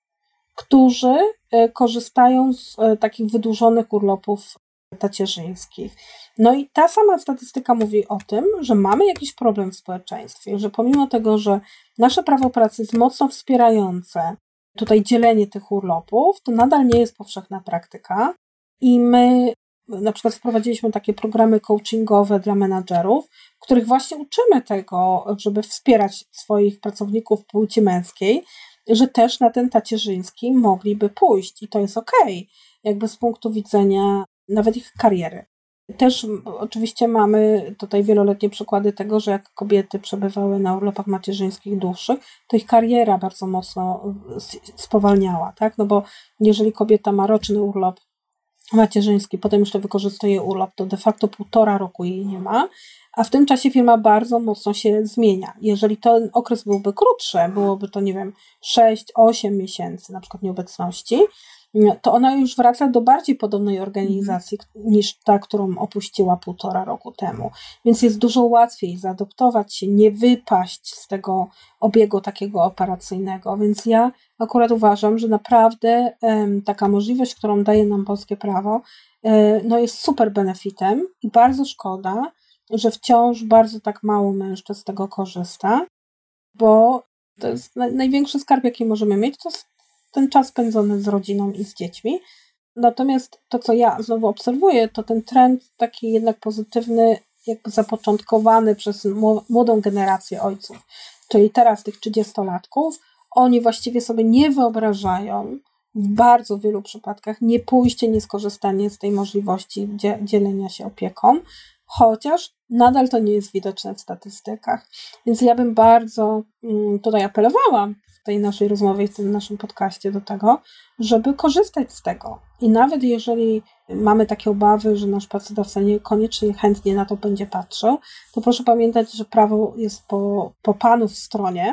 którzy korzystają z takich wydłużonych urlopów tacierzyńskich. No i ta sama statystyka mówi o tym, że mamy jakiś problem w społeczeństwie, że pomimo tego, że nasze prawo pracy jest mocno wspierające tutaj dzielenie tych urlopów, to nadal nie jest powszechna praktyka i my na przykład wprowadziliśmy takie programy coachingowe dla menadżerów, w których właśnie uczymy tego, żeby wspierać swoich pracowników płci męskiej, że też na ten tacierzyński mogliby pójść i to jest okej, jakby z punktu widzenia nawet ich kariery. Też oczywiście mamy tutaj wieloletnie przykłady tego, że jak kobiety przebywały na urlopach macierzyńskich dłuższych, to ich kariera bardzo mocno spowalniała, tak? No bo jeżeli kobieta ma roczny urlop macierzyński, potem jeszcze wykorzystuje urlop, to de facto półtora roku jej nie ma, a w tym czasie firma bardzo mocno się zmienia. Jeżeli ten okres byłby krótszy, byłoby to, nie wiem, sześć osiem miesięcy na przykład nieobecności, to ona już wraca do bardziej podobnej organizacji niż ta, którą opuściła półtora roku temu. Więc jest dużo łatwiej zaadoptować się, nie wypaść z tego obiegu takiego operacyjnego. Więc ja akurat uważam, że naprawdę um, taka możliwość, którą daje nam polskie prawo, um, no jest super benefitem i bardzo szkoda, że wciąż bardzo tak mało mężczyzn z tego korzysta, bo to jest na, największy skarb, jaki możemy mieć, to jest ten czas spędzony z rodziną i z dziećmi. Natomiast to, co ja znowu obserwuję, to ten trend taki jednak pozytywny, jakby zapoczątkowany przez młodą generację ojców. Czyli teraz tych trzydziestolatków, oni właściwie sobie nie wyobrażają w bardzo wielu przypadkach nie pójście, nie skorzystanie z tej możliwości dzielenia się opieką, chociaż nadal to nie jest widoczne w statystykach. Więc ja bym bardzo tutaj apelowała w tej naszej rozmowie, w tym naszym podcaście do tego, żeby korzystać z tego. I nawet jeżeli mamy takie obawy, że nasz pracodawca niekoniecznie chętnie na to będzie patrzył, to proszę pamiętać, że prawo jest po, po panu w stronie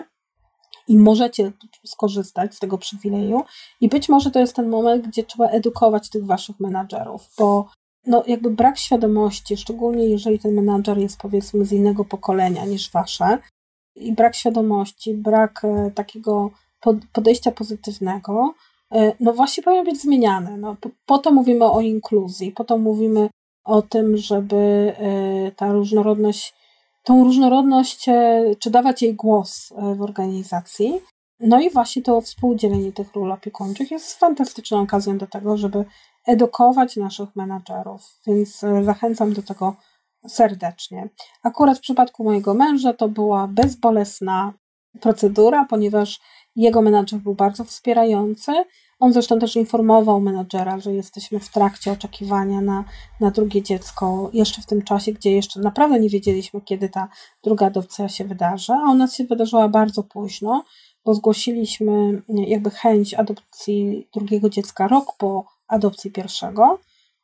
i możecie skorzystać z tego przywileju i być może to jest ten moment, gdzie trzeba edukować tych waszych menadżerów, bo no jakby brak świadomości, szczególnie jeżeli ten menadżer jest powiedzmy z innego pokolenia niż wasze i brak świadomości, brak e, takiego podejścia pozytywnego, e, no właśnie powinien być zmieniane. No, po, po to mówimy o inkluzji, po to mówimy o tym, żeby e, ta różnorodność, tą różnorodność, e, czy dawać jej głos e, w organizacji. No i właśnie to współdzielenie tych ról opiekuńczych jest fantastyczną okazją do tego, żeby edukować naszych menadżerów, więc zachęcam do tego serdecznie. Akurat w przypadku mojego męża to była bezbolesna procedura, ponieważ jego menadżer był bardzo wspierający. On zresztą też informował menadżera, że jesteśmy w trakcie oczekiwania na, na drugie dziecko, jeszcze w tym czasie, gdzie jeszcze naprawdę nie wiedzieliśmy, kiedy ta druga adopcja się wydarzy, a ona się wydarzyła bardzo późno, bo zgłosiliśmy jakby chęć adopcji drugiego dziecka rok po adopcji pierwszego,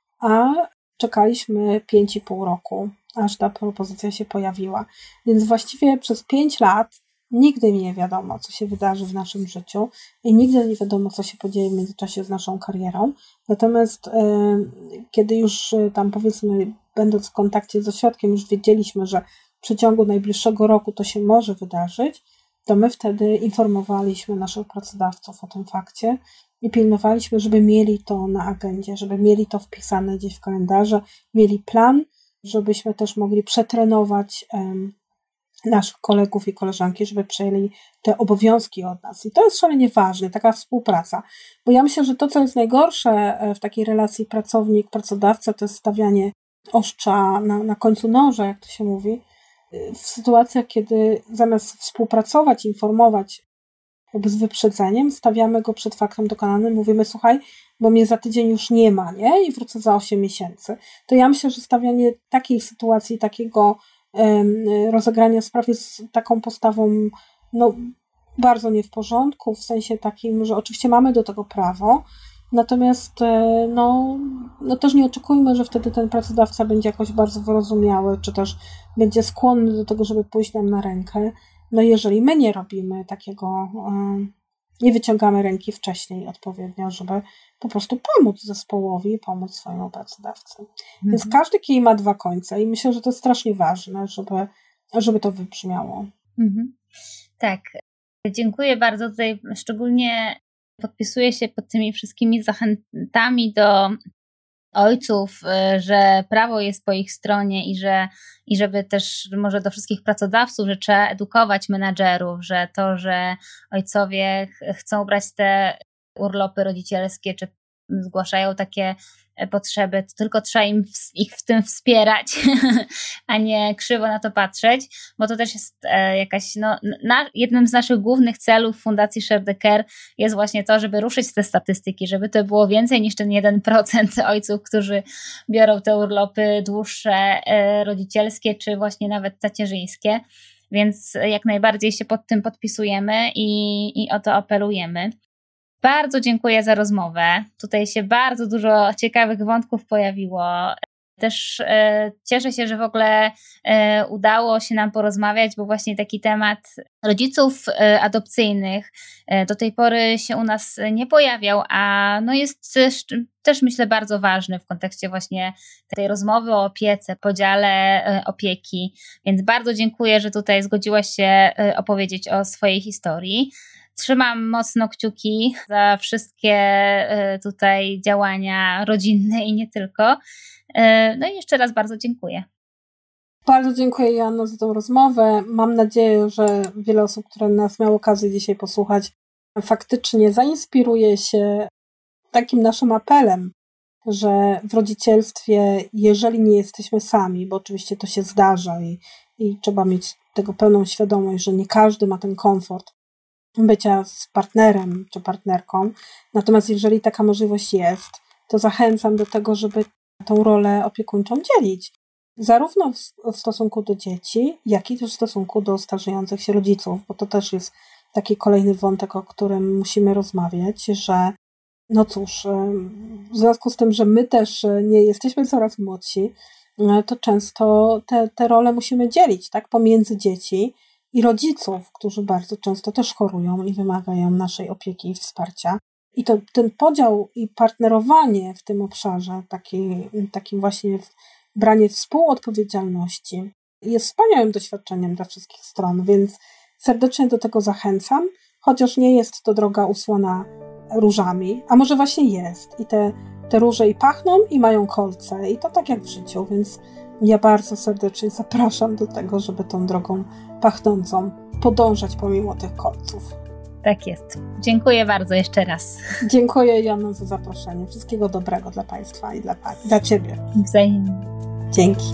a czekaliśmy pięć i pół roku, aż ta propozycja się pojawiła. Więc właściwie przez pięć lat nigdy nie wiadomo, co się wydarzy w naszym życiu i nigdy nie wiadomo, co się podzieje w międzyczasie z naszą karierą. Natomiast yy, kiedy już tam powiedzmy, będąc w kontakcie z ośrodkiem, już wiedzieliśmy, że w przeciągu najbliższego roku to się może wydarzyć, to my wtedy informowaliśmy naszych pracodawców o tym fakcie i pilnowaliśmy, żeby mieli to na agendzie, żeby mieli to wpisane gdzieś w kalendarze, mieli plan, żebyśmy też mogli przetrenować um, naszych kolegów i koleżanki, żeby przejęli te obowiązki od nas. I to jest szalenie ważne, taka współpraca. Bo ja myślę, że to, co jest najgorsze w takiej relacji pracownik-pracodawca, to jest stawianie ostrza na, na końcu noża, jak to się mówi, w sytuacjach, kiedy zamiast współpracować, informować jakby z wyprzedzeniem, stawiamy go przed faktem dokonanym, mówimy, słuchaj, bo mnie za tydzień już nie ma, nie? I wrócę za osiem miesięcy. To ja myślę, że stawianie takiej sytuacji, takiego rozegrania sprawy z taką postawą no, bardzo nie w porządku, w sensie takim, że oczywiście mamy do tego prawo, natomiast no, no też nie oczekujmy, że wtedy ten pracodawca będzie jakoś bardzo wyrozumiały, czy też będzie skłonny do tego, żeby pójść nam na rękę. No jeżeli my nie robimy takiego, nie wyciągamy ręki wcześniej odpowiednio, żeby po prostu pomóc zespołowi, pomóc swojemu pracodawcy. Mhm. Więc każdy kij ma dwa końce i myślę, że to jest strasznie ważne, żeby, żeby to wybrzmiało. Mhm. Tak, dziękuję bardzo. Tutaj szczególnie podpisuję się pod tymi wszystkimi zachętami do ojców, że prawo jest po ich stronie i że i żeby też może do wszystkich pracodawców, że trzeba edukować menadżerów, że to, że ojcowie ch- chcą brać te urlopy rodzicielskie, czy zgłaszają takie potrzeby, to tylko trzeba im w, ich w tym wspierać, a nie krzywo na to patrzeć, bo to też jest e, jakaś, no, na, jednym z naszych głównych celów Fundacji Share the Care jest właśnie to, żeby ruszyć te statystyki, żeby to było więcej niż ten jeden procent ojców, którzy biorą te urlopy dłuższe, e, rodzicielskie, czy właśnie nawet tacierzyńskie, więc jak najbardziej się pod tym podpisujemy i, i o to apelujemy. Bardzo dziękuję za rozmowę. Tutaj się bardzo dużo ciekawych wątków pojawiło. Też e, cieszę się, że w ogóle e, udało się nam porozmawiać, bo właśnie taki temat rodziców e, adopcyjnych e, do tej pory się u nas nie pojawiał, a no jest też, też myślę bardzo ważny w kontekście właśnie tej rozmowy o opiece, podziale e, opieki. Więc bardzo dziękuję, że tutaj zgodziłaś się e, opowiedzieć o swojej historii. Trzymam mocno kciuki za wszystkie tutaj działania rodzinne i nie tylko. No i jeszcze raz bardzo dziękuję. Bardzo dziękuję, Joanno, za tę rozmowę. Mam nadzieję, że wiele osób, które nas miało okazję dzisiaj posłuchać, faktycznie zainspiruje się takim naszym apelem, że w rodzicielstwie, jeżeli nie jesteśmy sami, bo oczywiście to się zdarza i, i trzeba mieć tego pełną świadomość, że nie każdy ma ten komfort bycia z partnerem czy partnerką. Natomiast jeżeli taka możliwość jest, to zachęcam do tego, żeby tą rolę opiekuńczą dzielić. Zarówno w, w stosunku do dzieci, jak i też w stosunku do starzejących się rodziców, bo to też jest taki kolejny wątek, o którym musimy rozmawiać, że no cóż, w związku z tym, że my też nie jesteśmy coraz młodsi, to często te, te role musimy dzielić, tak, pomiędzy dzieci i rodziców, którzy bardzo często też chorują i wymagają naszej opieki i wsparcia. I to, ten podział i partnerowanie w tym obszarze, taki, takim właśnie branie współodpowiedzialności jest wspaniałym doświadczeniem dla wszystkich stron, więc serdecznie do tego zachęcam, chociaż nie jest to droga usłona różami, a może właśnie jest. I te, te róże i pachną i mają kolce i to tak jak w życiu, więc ja bardzo serdecznie zapraszam do tego, żeby tą drogą pachnącą podążać pomimo tych kolców. Tak jest. Dziękuję bardzo jeszcze raz. Dziękuję, Joanno, za zaproszenie. Wszystkiego dobrego dla Państwa i dla, dla Ciebie. Wzajemnie. Dzięki.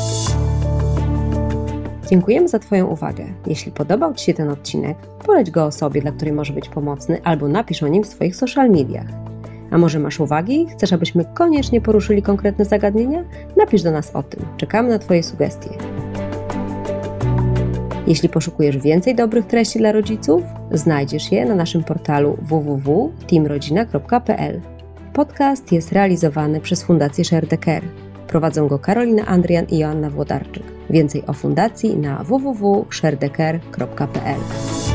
Dziękujemy za Twoją uwagę. Jeśli podobał Ci się ten odcinek, poleć go osobie, dla której może być pomocny, albo napisz o nim w swoich social mediach. A może masz uwagi? Chcesz, abyśmy koniecznie poruszyli konkretne zagadnienia? Napisz do nas o tym. Czekamy na Twoje sugestie. Jeśli poszukujesz więcej dobrych treści dla rodziców, znajdziesz je na naszym portalu w w w kropka team rodzina kropka p l. Podcast jest realizowany przez Fundację Share the Care. Prowadzą go Karolina Andrian i Joanna Włodarczyk. Więcej o fundacji na w w w kropka share the care kropka p l.